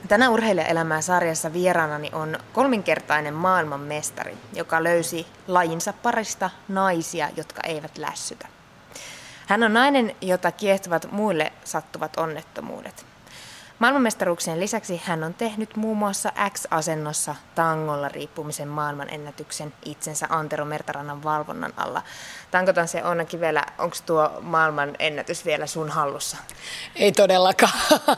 Tänä Urheilijaelämää sarjassa vieraanani on kolminkertainen maailmanmestari, joka löysi lajinsa parista naisia, jotka eivät lässytä. Hän on nainen, jota kiehtovat muille sattuvat onnettomuudet. Maailmanmestaruuksien lisäksi hän on tehnyt muun muassa X-asennossa tangolla riippumisen maailmanennätyksen itsensä Antero Mertarannan valvonnan alla. Tankotanssi Oona Kivelä, onko tuo maailmanennätys vielä sun hallussa? Ei todellakaan.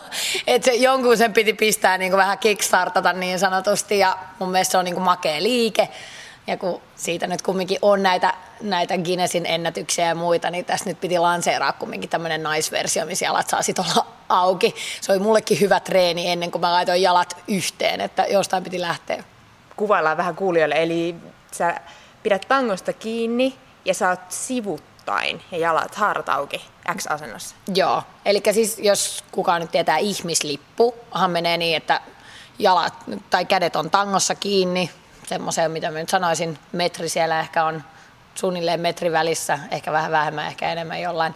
Et se, jonkun sen piti pistää niin kuin vähän kickstartata niin sanotusti ja mun mielestä se on niin kuin makea liike. Ja kun siitä nyt kumminkin on näitä Guinnessin ennätyksiä ja muita, niin tässä nyt piti lanseeraa kumminkin tämmöinen naisversio, missä jalat saa sit olla auki. Se oli mullekin hyvä treeni ennen kuin mä laitoin jalat yhteen, että jostain piti lähteä. Kuvaillaan vähän kuulijoille, eli sä pidät tangosta kiinni ja sä oot sivuttain ja jalat haarat auki X-asennossa. Joo, eli siis jos kukaan nyt tietää ihmislippuhan menee niin, että jalat tai kädet on tangossa kiinni, semmoiseen, mitä mä nyt sanoisin, metri siellä ehkä on suunnilleen metri välissä, ehkä vähän vähemmän, ehkä enemmän jollain.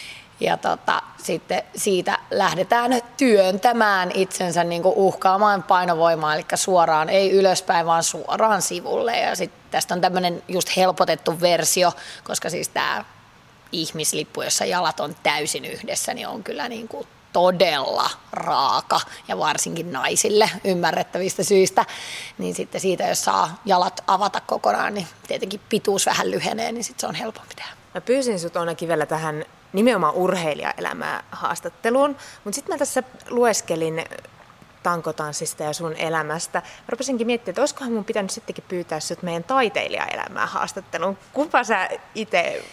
Ja sitten siitä lähdetään työntämään itsensä niin kuin uhkaamaan painovoimaa, eli suoraan, ei ylöspäin, vaan suoraan sivulle. Ja sitten tästä on tämmöinen just helpotettu versio, koska siis tämä ihmislippu, jossa jalat on täysin yhdessä, niin on kyllä niin kuin todella raaka ja varsinkin naisille ymmärrettävistä syistä, niin sitten siitä, jos saa jalat avata kokonaan, niin tietenkin pituus vähän lyhenee, niin sitten se on helpompi tehdä. Mä pyysin sut Oona Kivelä tähän nimenomaan urheilijaelämää haastatteluun, mutta sitten mä tässä lueskelin tankotanssista ja sun elämästä. Mä rupesinkin miettimään, että olisikohan mun pitänyt sittenkin pyytää sut meidän taiteilijaelämää haastatteluun. Kumpa sä itse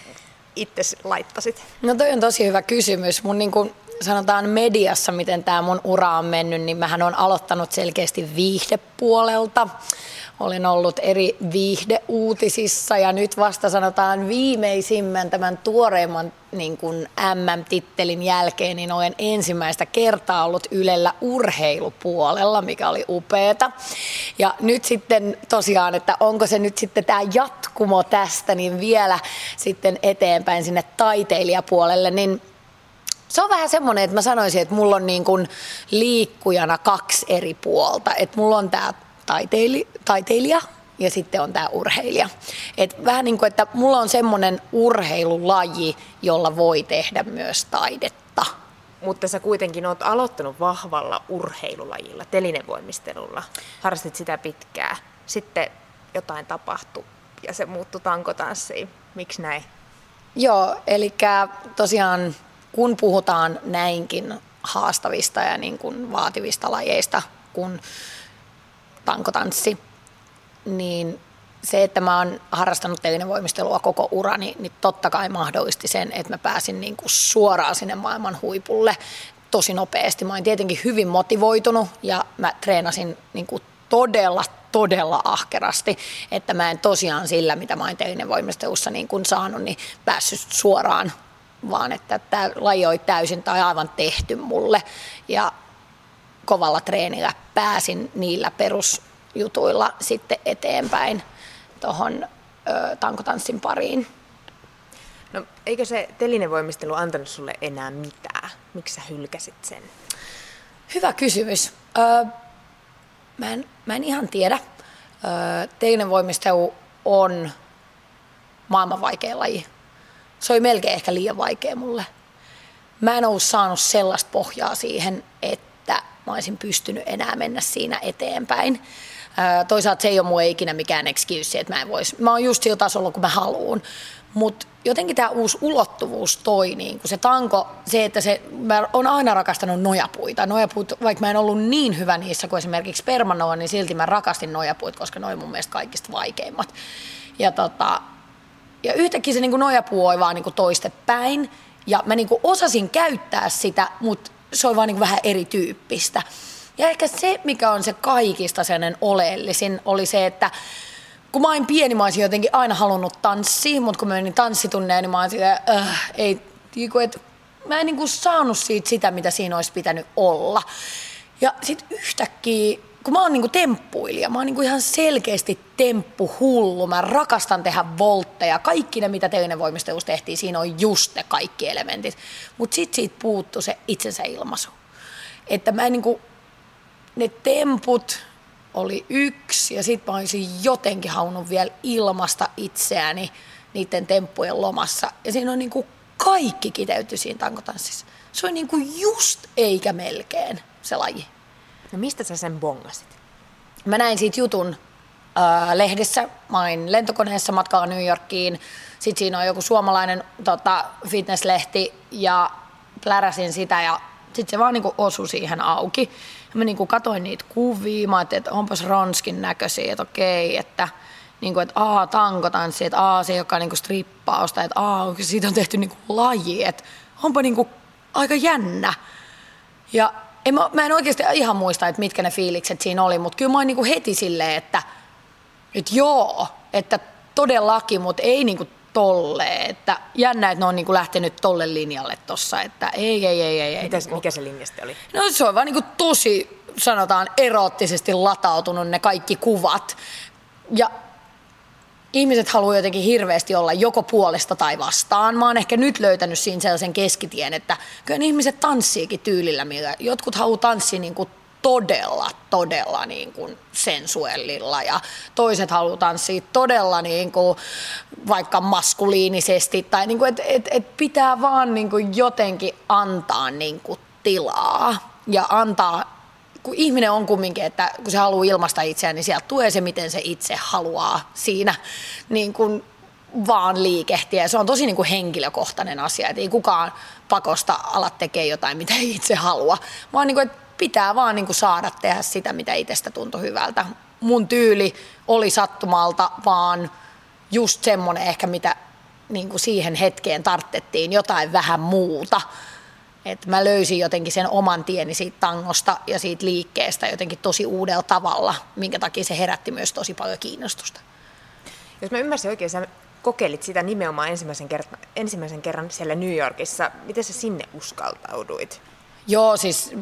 laittasit? No toi on tosi hyvä kysymys. Mun niin kuin sanotaan mediassa, miten tämä mun ura on mennyt, niin mähän olen aloittanut selkeästi viihdepuolelta. Olen ollut eri viihdeuutisissa ja nyt vasta sanotaan viimeisimmän tämän tuoreimman niin kuin MM-tittelin jälkeen, niin olen ensimmäistä kertaa ollut Ylellä urheilupuolella, mikä oli upeata. Ja nyt sitten tosiaan, että onko se nyt sitten tämä jatkumo tästä, niin vielä sitten eteenpäin sinne taiteilijapuolelle, niin se on vähän semmoinen, että mä sanoisin, että mulla on niin kuin liikkujana kaksi eri puolta. Että mulla on tämä taiteilija ja sitten on tämä urheilija. Et vähän niin kuin, että mulla on semmoinen urheilulaji, jolla voi tehdä myös taidetta. Mutta sä kuitenkin oot aloittanut vahvalla urheilulajilla, telinevoimistelulla. Harrastit sitä pitkään. Sitten jotain tapahtui ja se muuttui tankotanssiin. Miksi näin? Joo, eli tosiaan kun puhutaan näinkin haastavista ja niin kuin vaativista lajeista kuin tankotanssi, niin se, että mä oon harrastanut telinevoimistelua koko urani, niin totta kai mahdollisti sen, että mä pääsin niin kuin suoraan sinne maailman huipulle tosi nopeasti. Mä oon tietenkin hyvin motivoitunut ja mä treenasin niin kuin todella ahkerasti, että mä en tosiaan sillä, mitä mä oon telinevoimistelussa niin kuin saanut, niin päässyt suoraan, vaan että tämä laji oli täysin tai aivan tehty mulle ja kovalla treenillä pääsin niillä perusjutuilla sitten eteenpäin tuohon tankotanssin pariin. No eikö se telinevoimistelu antanut sulle enää mitään? Miksi sä hylkäsit sen? Hyvä kysymys. Mä en ihan tiedä. Telinevoimistelu on maailman vaikea laji. Se oli melkein ehkä liian vaikea mulle. Mä en ollut saanut sellaista pohjaa siihen, että mä olisin pystynyt enää mennä siinä eteenpäin. Toisaalta se ei ole mun ikinä mikään excuse, että mä en vois. Mä oon just sillä tasolla, kun mä haluun. Mutta jotenkin tämä uusi ulottuvuus toi, niin kun se tanko, se, että mä oon aina rakastanut nojapuita. Nojapuut, vaikka mä en ollut niin hyvä niissä kuin esimerkiksi permanoa, niin silti mä rakastin nojapuita, koska ne oli mun mielestä kaikista vaikeimmat. Ja yhtäkkiä se niin kuin nojapuu oli vaan niin kuin toistepäin. Ja mä niin kuin osasin käyttää sitä, mutta se oli vaan niin kuin vähän erityyppistä. Ja ehkä se, mikä on se kaikista sellainen oleellisin, oli se, että kun mä olin pieni, mä olisin jotenkin aina halunnut tanssia, mutta kun mä menin tanssitunneen, niin mä olisin mä en niin kuin saanut siitä sitä, mitä siinä olisi pitänyt olla. Ja sitten yhtäkkiä, kun mä oon niinku temppuilija, mä oon niinku ihan selkeästi temppuhullu, mä rakastan tehdä voltteja, kaikki ne mitä telinevoimistelussa tehtiin, siinä on just ne kaikki elementit, mutta sitten siitä puuttuu se itsensä ilmaisu. Että mä en niinku, ne temput oli yksi ja sit mä olisin jotenkin halunnut vielä ilmasta itseäni niiden temppujen lomassa. Ja siinä on niinku kaikki kiteytyi siinä tankotanssissa. Se on niinku just eikä melkein se laji. No mistä sä sen bongasit? Mä näin siitä jutun lehdessä. Mä olin lentokoneessa matkalla New Yorkiin. Sitten siinä on joku suomalainen fitnesslehti ja pläräsin sitä ja sitten se vaan niinku osui siihen auki. Ja mä niinku katoin niitä kuvia, mä ajattelin, että onpas ronskin näköisiä, että okei, että niinku, että tankotanssi, että se joka niinku strippausta, että siitä on tehty niinku laji, että onpa niinku aika jännä. Ja mä en oikeasti ihan muista, että mitkä ne fiilikset siinä oli, mutta kyllä mä oon niinku heti silleen, että joo, että todellakin, mutta ei niinku tolleen, että jännä, että ne on niinku lähtenyt tolle linjalle tossa, että ei. Mikä se linja sitten oli? No se on vaan niinku tosi, sanotaan, eroottisesti latautunut ne kaikki kuvat. Ja ihmiset haluaa jotenkin hirveästi olla joko puolesta tai vastaan. Mä oon ehkä nyt löytänyt siinä sellaisen keskitien, että kyllä ihmiset tanssiikin tyylillä, millä jotkut haluaa tanssia niinku todella niin kuin sensuellilla ja toiset haluaa tanssia todella niin kuin vaikka maskuliinisesti tai niin kuin, et pitää vaan niin kuin jotenkin antaa niin kuin tilaa ja antaa, kun ihminen on kumminkin, että kun se haluaa ilmaista itseään, niin sieltä tulee se, miten se itse haluaa siinä niin kuin vaan liikehtiä. Se on tosi niin kuin henkilökohtainen asia, että ei kukaan pakosta ala tekemään jotain, mitä ei itse halua, vaan niin kuin, että pitää vaan niin kuin saada tehdä sitä, mitä itsestä tuntui hyvältä. Mun tyyli oli sattumalta vaan just semmoinen ehkä, mitä niin kuin siihen hetkeen tarttettiin, jotain vähän muuta. Et mä löysin jotenkin sen oman tieni siitä tangosta ja siitä liikkeestä jotenkin tosi uudella tavalla, minkä takia se herätti myös tosi paljon kiinnostusta. Jos mä ymmärsin oikein, sä kokeilit sitä nimenomaan ensimmäisen kerran siellä New Yorkissa. Miten sä sinne uskaltauduit? Joo, siis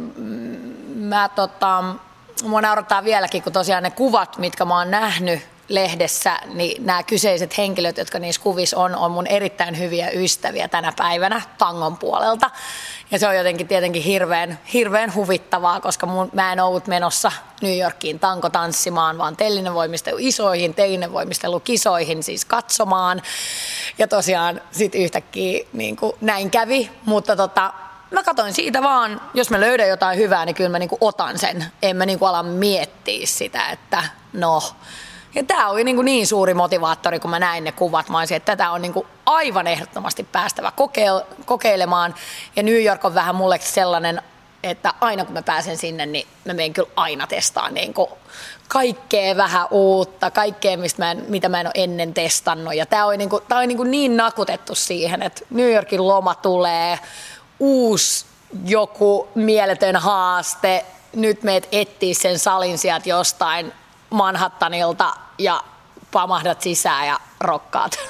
mua naurattaa vieläkin, kun tosiaan ne kuvat, mitkä mä oon nähnyt lehdessä, niin nämä kyseiset henkilöt, jotka niissä kuvissa on mun erittäin hyviä ystäviä tänä päivänä tangon puolelta. Ja se on jotenkin tietenkin hirveän huvittavaa, koska mä en ollut menossa New Yorkiin tanssimaan, vaan isoihin telinevoimistelukisoihin siis katsomaan. Ja tosiaan sitten yhtäkkiä niin kuin näin kävi, mutta mä katsoin siitä vaan, jos mä löydän jotain hyvää, niin kyllä mä niinku otan sen. En mä niinku ala miettiä sitä, että no. Ja tää oli niin suuri motivaattori, kun mä näin ne kuvat. Mä olisin, että tätä on niinku aivan ehdottomasti päästävä kokeilemaan. Ja New York on vähän mulle sellainen, että aina kun mä pääsen sinne, niin mä menen kyllä aina testaan niinku kaikkea vähän uutta, kaikkea, mitä mä en ole ennen testannut. Ja tää oli niin nakutettu siihen, että New Yorkin loma tulee, uusi joku mieletön haaste, nyt meet etsii sen salin sieltä jostain Manhattanilta ja pamahdat sisään ja rokkaat.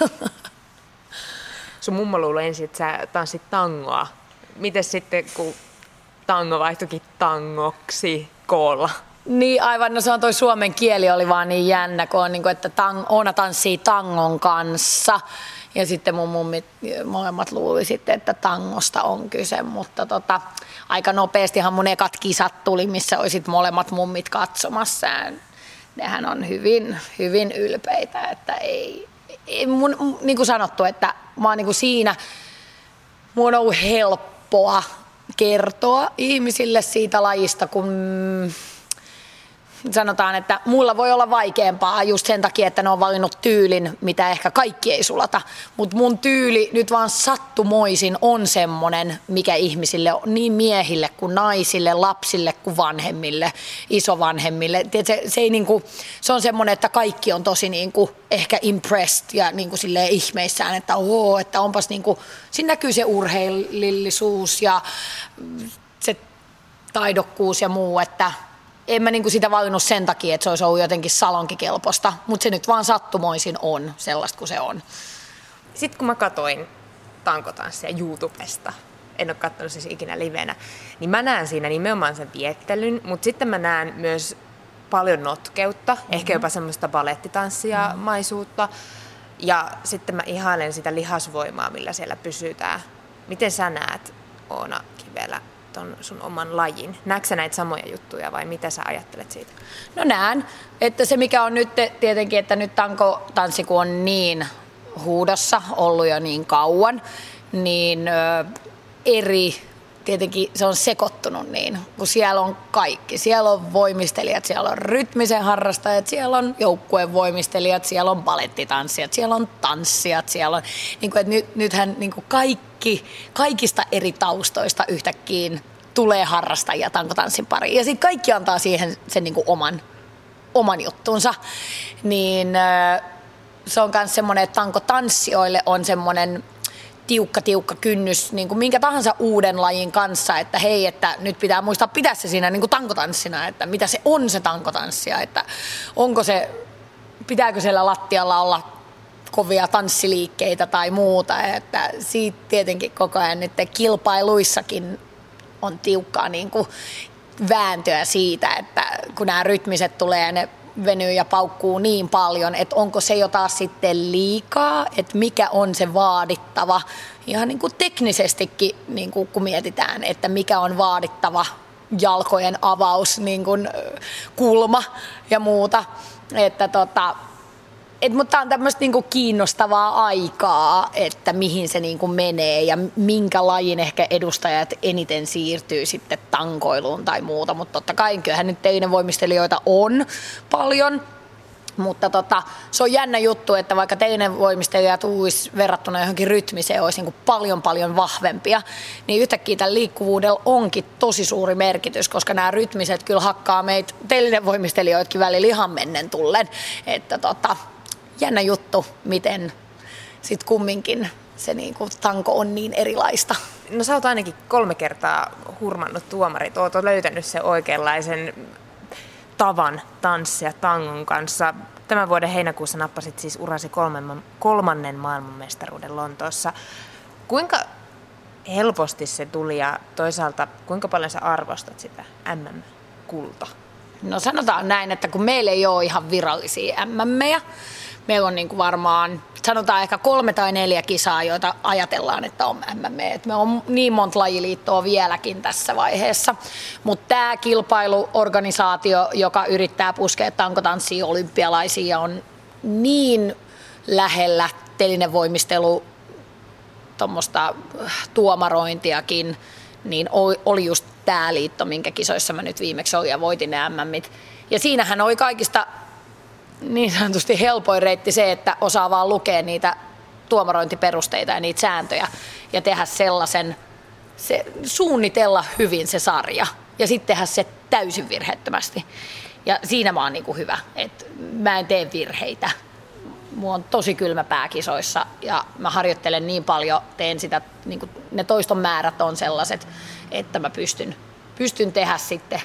Sun mummo luulee ensin, että sä tanssit tangoa. Mites sitten, kun tango vaihtuikin tangoksi koolla? Niin aivan, no se on toi suomen kieli oli vaan niin jännä, kun on että Oona tanssii tangon kanssa. Ja sitten mun mummit molemmat luuli sitten, että tangosta on kyse, mutta aika nopeastihan mun ekat kisat tuli, missä olisit molemmat mummit katsomassa. Nehän on hyvin ylpeitä, että ei niin kuin sanottu, että mä oon niin kuin siinä, mun on ollut helppoa kertoa ihmisille siitä lajista, kun sanotaan, että mulla voi olla vaikeampaa just sen takia, että ne on valinnut tyylin, mitä ehkä kaikki ei sulata. Mutta mun tyyli nyt vaan sattumoisin on semmonen, mikä ihmisille, niin miehille kuin naisille, lapsille kuin vanhemmille, isovanhemmille. Se on semmoinen, että kaikki on tosi ehkä impressed ja silleen ihmeissään, että että onpas siinä näkyy se urheilullisuus ja se taidokkuus ja muu, että en mä sitä valinnut sen takia, että se olisi ollut jotenkin salonkikelpoista, mutta se nyt vaan sattumoisin on sellaista kuin se on. Sitten kun mä katoin tankotanssia YouTubesta, en ole katsonut siis ikinä livenä, niin mä näen siinä nimenomaan sen viettelyn, mutta sitten mä näen myös paljon notkeutta, ehkä jopa semmoista balettitanssia, maisuutta, ja sitten mä ihailen sitä lihasvoimaa, millä siellä pysytään. Miten sä näet, Oona Kivelä, ton sun oman lajin? Näetkö sä näitä samoja juttuja vai mitä sä ajattelet siitä? No näen, että se mikä on nyt tietenkin, että nyt tankotanssi kun on niin huudossa ollut jo niin kauan, niin tietenkin se on sekoittunut niin, kun siellä on kaikki. Siellä on voimistelijat, siellä on rytmisen harrastajat, siellä on joukkueen voimistelijat, siellä on balettitanssijat, siellä on tanssijat, siellä on, niin kuin, että nythän niin kuin kaikista eri taustoista yhtäkkiä tulee harrastajia tankotanssin pariin. Ja sitten kaikki antaa siihen sen niin kuin oman juttunsa. Niin se on myös semmoinen, että tankotanssijoille on semmoinen tiukka kynnys niin kuin minkä tahansa uuden lajin kanssa, että hei, että nyt pitää muistaa pitää se siinä niin kuin tankotanssina, että mitä se on se tankotanssia, että pitääkö siellä lattialla olla kovia tanssiliikkeitä tai muuta, että siitä tietenkin koko ajan nyt kilpailuissakin on tiukkaa niin kuin vääntöä siitä, että kun nämä rytmiset tulee, ne venyy ja paukkuu niin paljon, että onko se jo taas sitten liikaa, että mikä on se vaadittava, ihan niin kuin teknisestikin niin kuin kun mietitään, että mikä on vaadittava jalkojen avaus, niin kuin kulma ja muuta, mutta tämä on tämmöistä niinku kiinnostavaa aikaa, että mihin se niinku menee ja minkä lajin ehkä edustajat eniten siirtyy sitten tankoiluun tai muuta. Mutta totta kai kyllähän nyt teinevoimistelijoita on paljon, mutta se on jännä juttu, että vaikka teinevoimistelijat verrattuna johonkin rytmiseen olisi niinku paljon vahvempia, niin yhtäkkiä tällä liikkuvuudella onkin tosi suuri merkitys, koska nämä rytmiset kyllä hakkaa meitä teinevoimistelijoitkin välillä ihan mennen tullen, että jännä juttu, miten sitten kumminkin se niinku tanko on niin erilaista. No sä oot ainakin 3 kertaa hurmannut tuomarit, oot löytänyt sen oikeanlaisen tavan tanssia tangon kanssa. Tämän vuoden heinäkuussa nappasit siis urasi 3. maailmanmestaruuden Lontoossa. Kuinka helposti se tuli ja toisaalta kuinka paljon sä arvostat sitä MM-kultaa? No sanotaan näin, että kun meillä ei ole ihan virallisia MM:jä, meillä on niin kuin varmaan, sanotaan ehkä 3 tai 4 kisaa, joita ajatellaan, että on MM. Et me on niin monta lajiliittoa vieläkin tässä vaiheessa. Mutta tämä kilpailuorganisaatio, joka yrittää puskea tankotanssia olympialaisiin ja on niin lähellä telinevoimistelu, tuommoista tuomarointiakin, niin oli just tämä liitto, minkä kisoissa mä nyt viimeksi olin ja voitin ne MM:t. Ja siinähän oli kaikista niin sanotusti helpoin reitti se, että osaa vaan lukea niitä tuomarointiperusteita ja niitä sääntöjä ja tehdä suunnitella hyvin se sarja ja sitten tehdä se täysin virheettömästi. Ja siinä mä oon niinku hyvä, että mä en tee virheitä. Mulla on tosi kylmä pää kisoissa ja mä harjoittelen niin paljon, teen sitä, niinku, ne toiston määrät on sellaiset, että mä pystyn tehdä sitten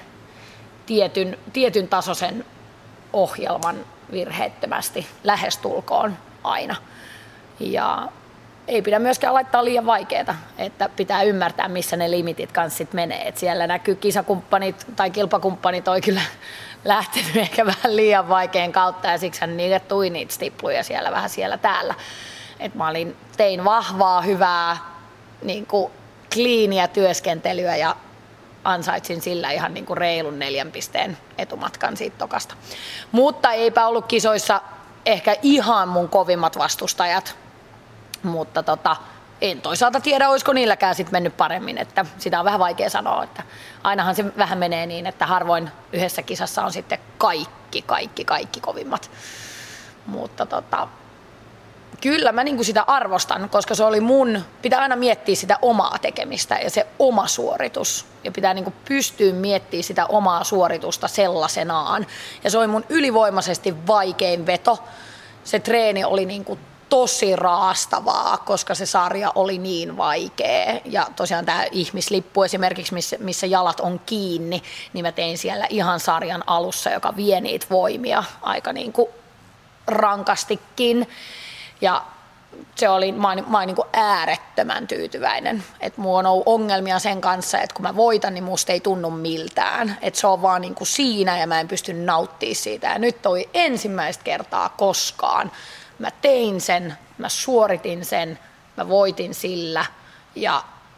tietyn tasoisen ohjelman virheettömästi lähestulkoon aina. Ja ei pidä myöskään laittaa liian vaikeaa, että pitää ymmärtää, missä ne limitit kanssa sit menee. Et siellä näkyy kisakumppanit tai kilpakumppanit on kyllä lähtenyt ehkä vähän liian vaikean kautta ja siksi niille tuli niitä stipluja siellä vähän siellä täällä. Et mä tein vahvaa, hyvää, niin kuin kliiniä työskentelyä ja ansaitsin sillä ihan niin kuin reilun 4 pisteen etumatkan siitä tokasta. Mutta eipä ollut kisoissa ehkä ihan mun kovimmat vastustajat, mutta en toisaalta tiedä, olisiko niilläkään sit mennyt paremmin, että sitä on vähän vaikea sanoa, että ainahan se vähän menee niin, että harvoin yhdessä kisassa on sitten kaikki kovimmat, mutta kyllä mä niinku sitä arvostan, koska se oli pitää aina miettiä sitä omaa tekemistä ja se oma suoritus. Ja pitää niinku pystyä miettimään sitä omaa suoritusta sellaisenaan. Ja se oli mun ylivoimaisesti vaikein veto. Se treeni oli niinku tosi raastavaa, koska se sarja oli niin vaikea. Ja tosiaan tämä ihmislippu esimerkiksi, missä jalat on kiinni, niin mä tein siellä ihan sarjan alussa, joka vie niitä voimia aika niinku rankastikin. Ja mä oon niin kuin äärettömän tyytyväinen. Että mulla on ollut ongelmia sen kanssa, että kun mä voitan, niin musta ei tunnu miltään. Että se on vaan niin kuin siinä ja mä en pysty nauttimaan siitä. Ja nyt oli ensimmäistä kertaa koskaan. Mä tein sen, mä suoritin sen, mä voitin sillä ja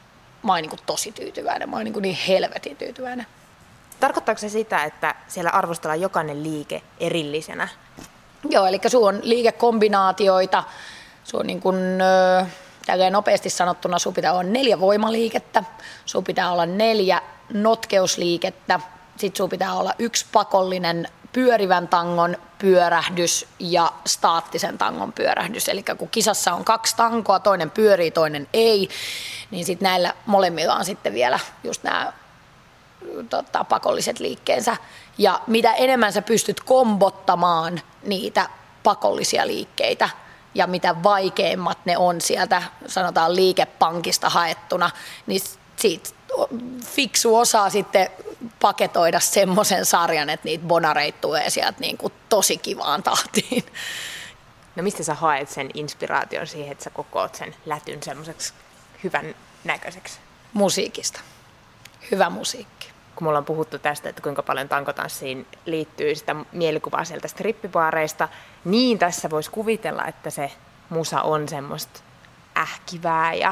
mä oon niin kuin tosi tyytyväinen, mä oon niin helvetin tyytyväinen. Tarkoittaako se sitä, että siellä arvostellaan jokainen liike erillisenä? Joo, eli sun on liikekombinaatioita, sun on niin kuin, tälleen nopeasti sanottuna, sun pitää olla 4 voimaliikettä, sun pitää olla 4 notkeusliikettä, sit sun pitää olla 1 pakollinen pyörivän tangon pyörähdys ja staattisen tangon pyörähdys. Eli kun kisassa on 2 tankoa, toinen pyörii, toinen ei, niin sit näillä molemmilla on sitten vielä just nämä pakolliset liikkeensä. Ja mitä enemmän sä pystyt kombottamaan niitä pakollisia liikkeitä ja mitä vaikeimmat ne on sieltä, sanotaan liikepankista haettuna, niin siitä fiksu osaa sitten paketoida semmoisen sarjan, että niitä bonareita tulee sieltä niin kuin tosi kivaan tahtiin. No mistä sä haet sen inspiraation siihen, että sä kokoat sen lätyn semmoiseksi hyvän näköiseksi? Musiikista. Hyvä musiikki. Kun me ollaan puhuttu tästä, että kuinka paljon tankotanssiin liittyy sitä mielikuvaa sieltä strippibaareista, niin tässä voisi kuvitella, että se musa on semmoista ähkivää ja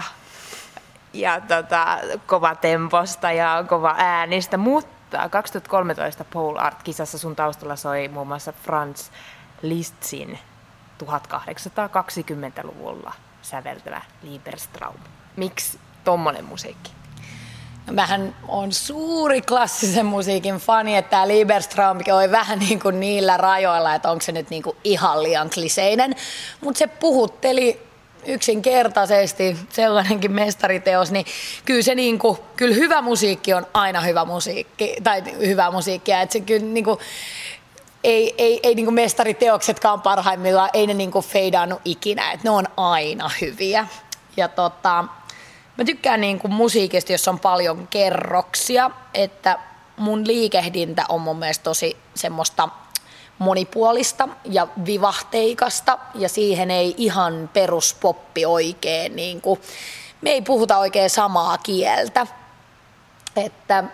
kova temposta ja kova äänistä, mutta 2013 Pole Art-kisassa sun taustalla soi muun muassa Franz Lisztin 1820-luvulla säveltävä Liebestraum. Miksi tommonen musiikki? No, mähän on suuri klassisen musiikin fani, että tämä Liebestraumkin oli vähän niin kuin niillä rajoilla, että onko se nyt niin kuin ihan liian kliseinen, mutta se puhutteli yksinkertaisesti sellainenkin mestariteos, niin kyllä se kyllä hyvä musiikki on aina hyvä musiikki, tai hyvää musiikkia, että se kyllä ei niin kuin mestariteoksetkaan parhaimmillaan, ei ne niin kuin feidaannu ikinä, että ne on aina hyviä. Ja mä tykkään niin kuin musiikista, jossa on paljon kerroksia, että mun liikehdintä on mun mielestä tosi semmoista monipuolista ja vivahteikasta ja siihen ei ihan peruspoppi oikein, me ei puhuta oikein samaa kieltä. Että,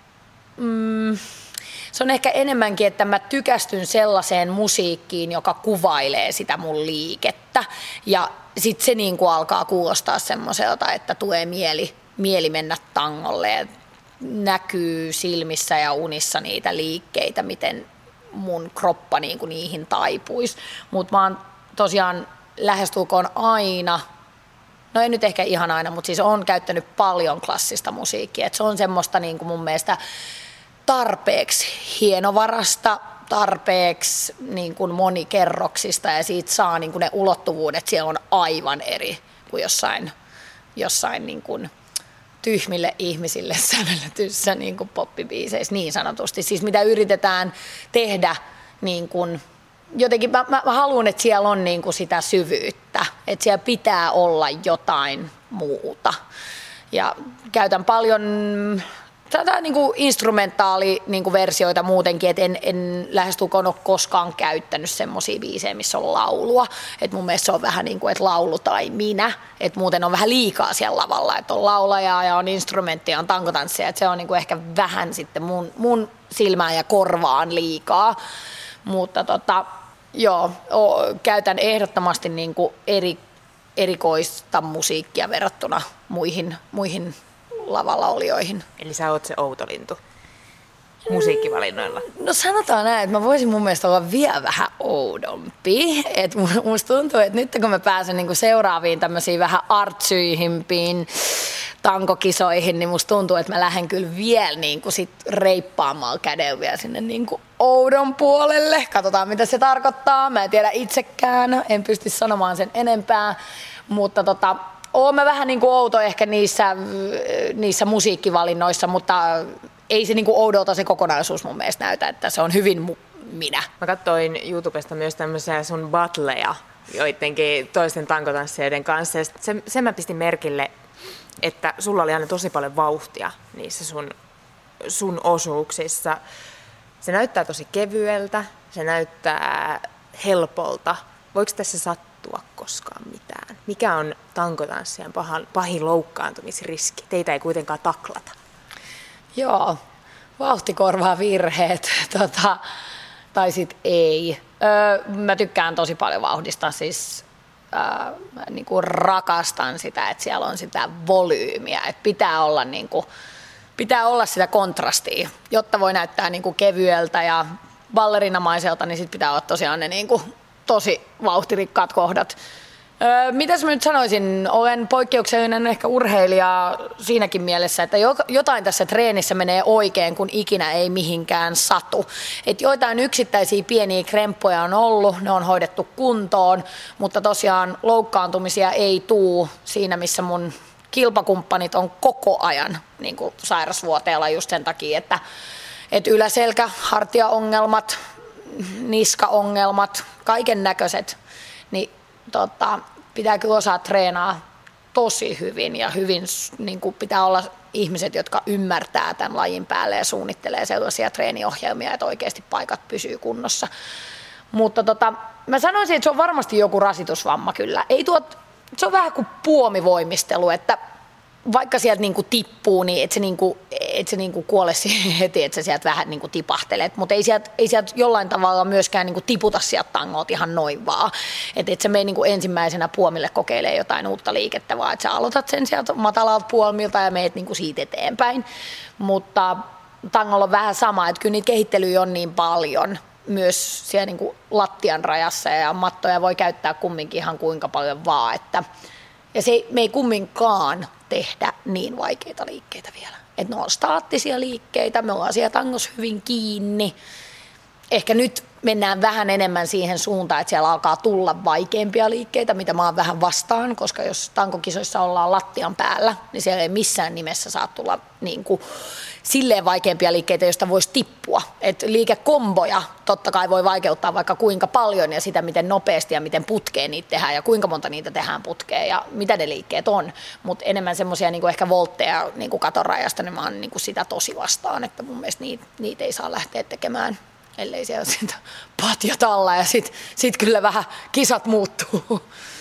se on ehkä enemmänkin, että mä tykästyn sellaiseen musiikkiin, joka kuvailee sitä mun liikettä ja sit se alkaa kuulostaa semmoiselta, että tulee mieli mennä tangolle ja näkyy silmissä ja unissa niitä liikkeitä, miten mun kroppa niihin taipuisi. Mutta mä oon tosiaan lähestulkoon aina, no ei nyt ehkä ihan aina, mutta siis on käyttänyt paljon klassista musiikkia. Et se on semmoista mun mielestä tarpeeksi hienovarasta, tarpeeksi monikerroksista ja siitä saa ne ulottuvuudet. Siellä on aivan eri kuin jossain tyhmille ihmisille sävelletyssä poppibiiseissä niin sanotusti. Siis mitä yritetään tehdä, jotenkin mä haluan, että siellä on sitä syvyyttä, että siellä pitää olla jotain muuta. Ja käytän paljon instrumentaaliversioita muutenkin, että en lähestulkoon ole koskaan käyttänyt semmoisia biisejä, missä on laulua. Et mun mielestä se on vähän niin kuin, että laulu tai minä. Et muuten on vähän liikaa siellä lavalla, että on laulajaa ja on instrumentti ja on tankotanssia. Et se on ehkä vähän sitten mun silmään ja korvaan liikaa. Mutta käytän ehdottomasti erikoista musiikkia verrattuna muihin lavalla olijoihin. Eli sä oot se outolintu musiikkivalinnoilla? No sanotaan näin, että mä voisin mun mielestä olla vielä vähän oudompi. Että musta tuntuu, että nyt kun mä pääsen seuraaviin tämmöisiin vähän artsyihimpiin tankokisoihin, niin musta tuntuu, että mä lähden kyllä vielä sit reippaamaan käden vielä sinne oudon puolelle. Katsotaan, mitä se tarkoittaa. Mä en tiedä itsekään, en pysty sanomaan sen enempää, mutta oon mä vähän outo ehkä niissä musiikkivalinnoissa, mutta ei se oudolta se kokonaisuus mun mielestä näytä, että se on hyvin minä. Mä katsoin YouTubesta myös tämmöisiä sun battleja joidenkin toisten tankotanssijoiden kanssa. Ja sen mä pistin merkille, että sulla oli aina tosi paljon vauhtia niissä sun osuuksissa. Se näyttää tosi kevyeltä, se näyttää helpolta. Voiko tässä sattua koskaan mitään? Mikä on tankotanssijan pahin loukkaantumisriski? Teitä ei kuitenkaan taklata. Joo, vauhti korvaa virheet, tai sit ei. Mä tykkään tosi paljon vauhdista, siis niin kuin rakastan sitä, että siellä on sitä volyymiä, että pitää olla sitä kontrastia, jotta voi näyttää niin kuin kevyeltä ja ballerinamaiselta, niin sit pitää olla tosiaan ne niin kuin tosi vauhtirikkaat kohdat. Mitäs mä nyt sanoisin, olen poikkeuksellinen ehkä urheilija siinäkin mielessä, että jotain tässä treenissä menee oikein, kun ikinä ei mihinkään satu. Et joitain yksittäisiä pieniä kremppoja on ollut, ne on hoidettu kuntoon, mutta tosiaan loukkaantumisia ei tuu siinä, missä mun kilpakumppanit on koko ajan niin kuin sairasvuoteella just sen takia, että yläselkä, hartiaongelmat, niskaongelmat, kaiken näköiset, niin pitää kyllä osaa treenaa tosi hyvin ja hyvin niin kuin pitää olla ihmiset, jotka ymmärtää tämän lajin päälle ja suunnittelee sellaisia treeniohjelmia, että oikeasti paikat pysyy kunnossa. Mutta mä sanoisin, että se on varmasti joku rasitusvamma kyllä. Se on vähän kuin puomivoimistelu, että vaikka sieltä niinku tippuu, niin et se niinku kuole heti, että sä sieltä vähän niinku tipahtelet, mutta ei sieltä jollain tavalla myöskään niinku tiputa sieltä tangoot ihan noin vaan. Että et sä mene niinku ensimmäisenä puomille kokeilemaan jotain uutta liikettä, vaan että sä aloitat sen sieltä matalalta puomilta ja meet niinku siitä eteenpäin. Mutta tangolla on vähän sama, että kyllä niitä kehittelyjä on niin paljon myös siellä niinku lattian rajassa ja mattoja voi käyttää kumminkin ihan kuinka paljon vaan, ja me ei kumminkaan tehdä niin vaikeita liikkeitä vielä. Et ne on staattisia liikkeitä, me ollaan siellä tangossa hyvin kiinni. Ehkä nyt mennään vähän enemmän siihen suuntaan, että siellä alkaa tulla vaikeampia liikkeitä, mitä mä oon vähän vastaan, koska jos tankokisoissa ollaan lattian päällä, niin siellä ei missään nimessä saa tulla niin kuin silleen vaikeampia liikkeitä, joista voisi tippua. Et liikekomboja totta kai voi vaikeuttaa vaikka kuinka paljon ja sitä, miten nopeasti ja miten putkeen niitä tehdään ja kuinka monta niitä tehdään putkeen ja mitä ne liikkeet on. Mutta enemmän semmoisia niin ehkä voltteja niin katorajasta, niin mä oon niin sitä tosi vastaan, että mun mielestä niitä ei saa lähteä tekemään, ellei siellä sitä patjat alla ja sit kyllä vähän kisat muuttuu.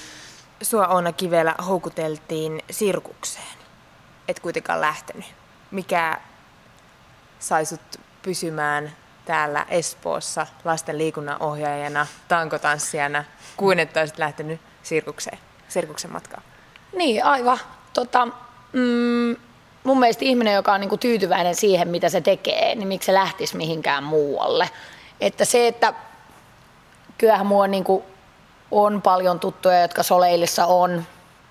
Sua Oona Kivelä houkuteltiin sirkukseen. Et kuitenkaan lähtenyt. Mikä sai sut pysymään täällä Espoossa lasten liikunnanohjaajana, tankotanssijana, kuin että olisit lähtenyt sirkuksen matkaan? Niin, aivan. Mun mielestä ihminen, joka on niinku tyytyväinen siihen, mitä se tekee, niin miksi se lähtisi mihinkään muualle. Että se, että kyllähän mulla on paljon tuttuja, jotka Soleilissa on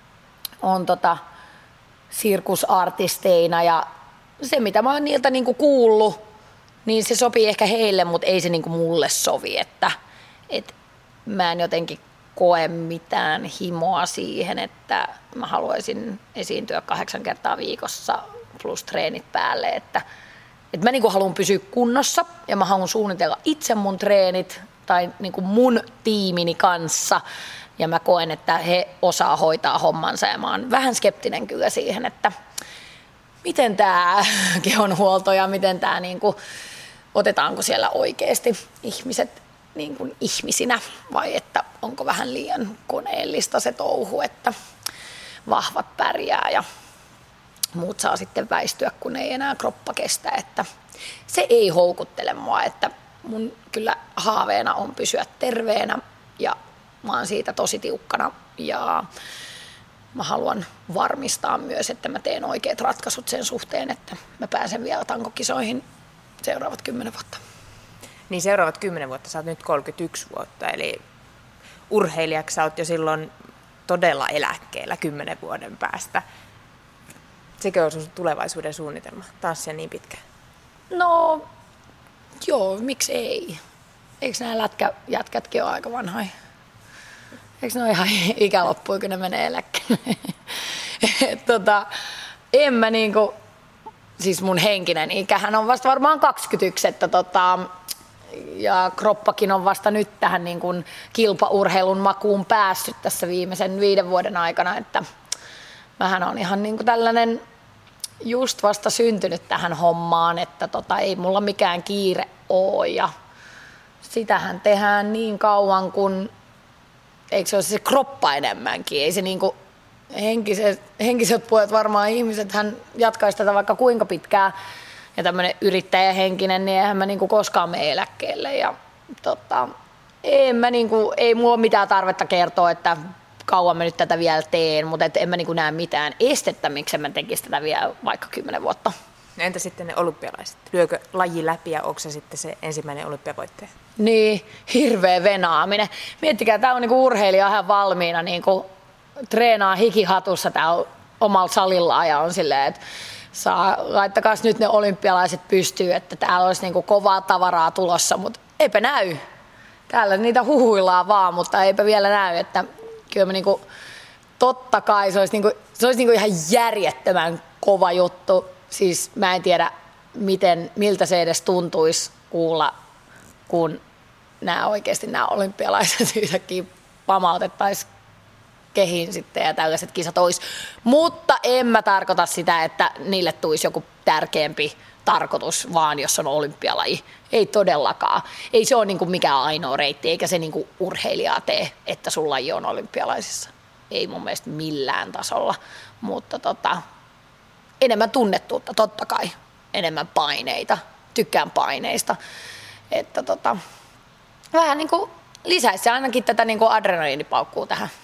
sirkusartisteina ja se, mitä mä oon niiltä kuullut, niin se sopii ehkä heille, mutta ei se mulle sovi, että mä en jotenkin koe mitään himoa siihen, että mä haluaisin esiintyä 8 kertaa viikossa plus treenit päälle, että mä haluan pysyä kunnossa ja mä haluan suunnitella itse mun treenit tai mun tiimini kanssa ja mä koen, että he osaa hoitaa hommansa ja mä oon vähän skeptinen kyllä siihen, että miten tämä kehonhuolto ja miten tämä otetaanko siellä oikeasti ihmiset ihmisinä vai että onko vähän liian koneellista se touhu, että vahvat pärjää ja muut saa sitten väistyä, kun ei enää kroppa kestä, että se ei houkuttele mua, että mun kyllä haaveena on pysyä terveenä ja mä oon siitä tosi tiukkana ja mä haluan varmistaa myös, että mä teen oikeat ratkaisut sen suhteen, että mä pääsen vielä tankokisoihin seuraavat 10 vuotta. Niin seuraavat 10 vuotta, sä oot nyt 31 vuotta, eli urheilijaksi sä oot jo silloin todella eläkkeellä 10 vuoden päästä. Sekö on sun tulevaisuuden suunnitelma, tanssia niin pitkään? No joo, miksi ei? Eikö nämä lätkäjätkätkin ole aika vanhoja? Eikö ne ole ihan ikäloppua, kun ne menee eläkkeelle? En mä siis mun henkinen ikähän on vasta varmaan 21, ja kroppakin on vasta nyt tähän kilpaurheilun makuun päässyt tässä viimeisen 5 vuoden aikana, että mähän on ihan tällainen just vasta syntynyt tähän hommaan, että ei mulla mikään kiire ole ja sitähän tehdään niin kauan kun eikö se ole se kroppa enemmänkin, ei se henkiset puolet varmaan ihmiset, hän jatkaisi tätä vaikka kuinka pitkään ja tämmöinen yrittäjähenkinen, niin eihän mä koskaan mene eläkkeelle ja ei mulla ole mitään tarvetta kertoa, että kauan mä nyt tätä vielä teen, mutta en mä niin näe mitään estettä, miksi mä tekisi tätä vielä vaikka 10 vuotta. No entä sitten ne olympialaiset? Lyökö laji läpi ja onko se sitten se ensimmäinen olympiavoittaja? Niin, hirveä venaaminen. Miettikää, tää on niinku urheilija ihan valmiina, niinku treenaa hikihatussa täällä omalla salillaan ja on silleen, että laittakaa nyt ne olympialaiset pystyyn, että täällä olisi niinku kovaa tavaraa tulossa, mutta eipä näy. Täällä niitä huhuillaan vaan, mutta eipä vielä näy, että kyllä mä niinku, totta kai se olisi niinku ihan järjettömän kova juttu. Siis mä en tiedä, miltä se edes tuntuisi kuulla, kun nämä olympialaiset yhtäkkiä pamautettaisiin kehiin sitten ja tällaiset kisat olisi. Mutta en mä tarkoita sitä, että niille tulisi joku tärkeämpi tarkoitus, vaan jos on olympialaji. Ei todellakaan. Ei se ole niinku mikään ainoa reitti, eikä se niinku urheilijaa tee, että sun laji on olympialaisissa. Ei mun mielestä millään tasolla, mutta enemmän tunnettuutta, totta kai. Enemmän paineita. Tykkään paineista. Että vähän niin kuin lisäisi se ainakin tätä niin kuin adrenaliinipaukkuu tähän.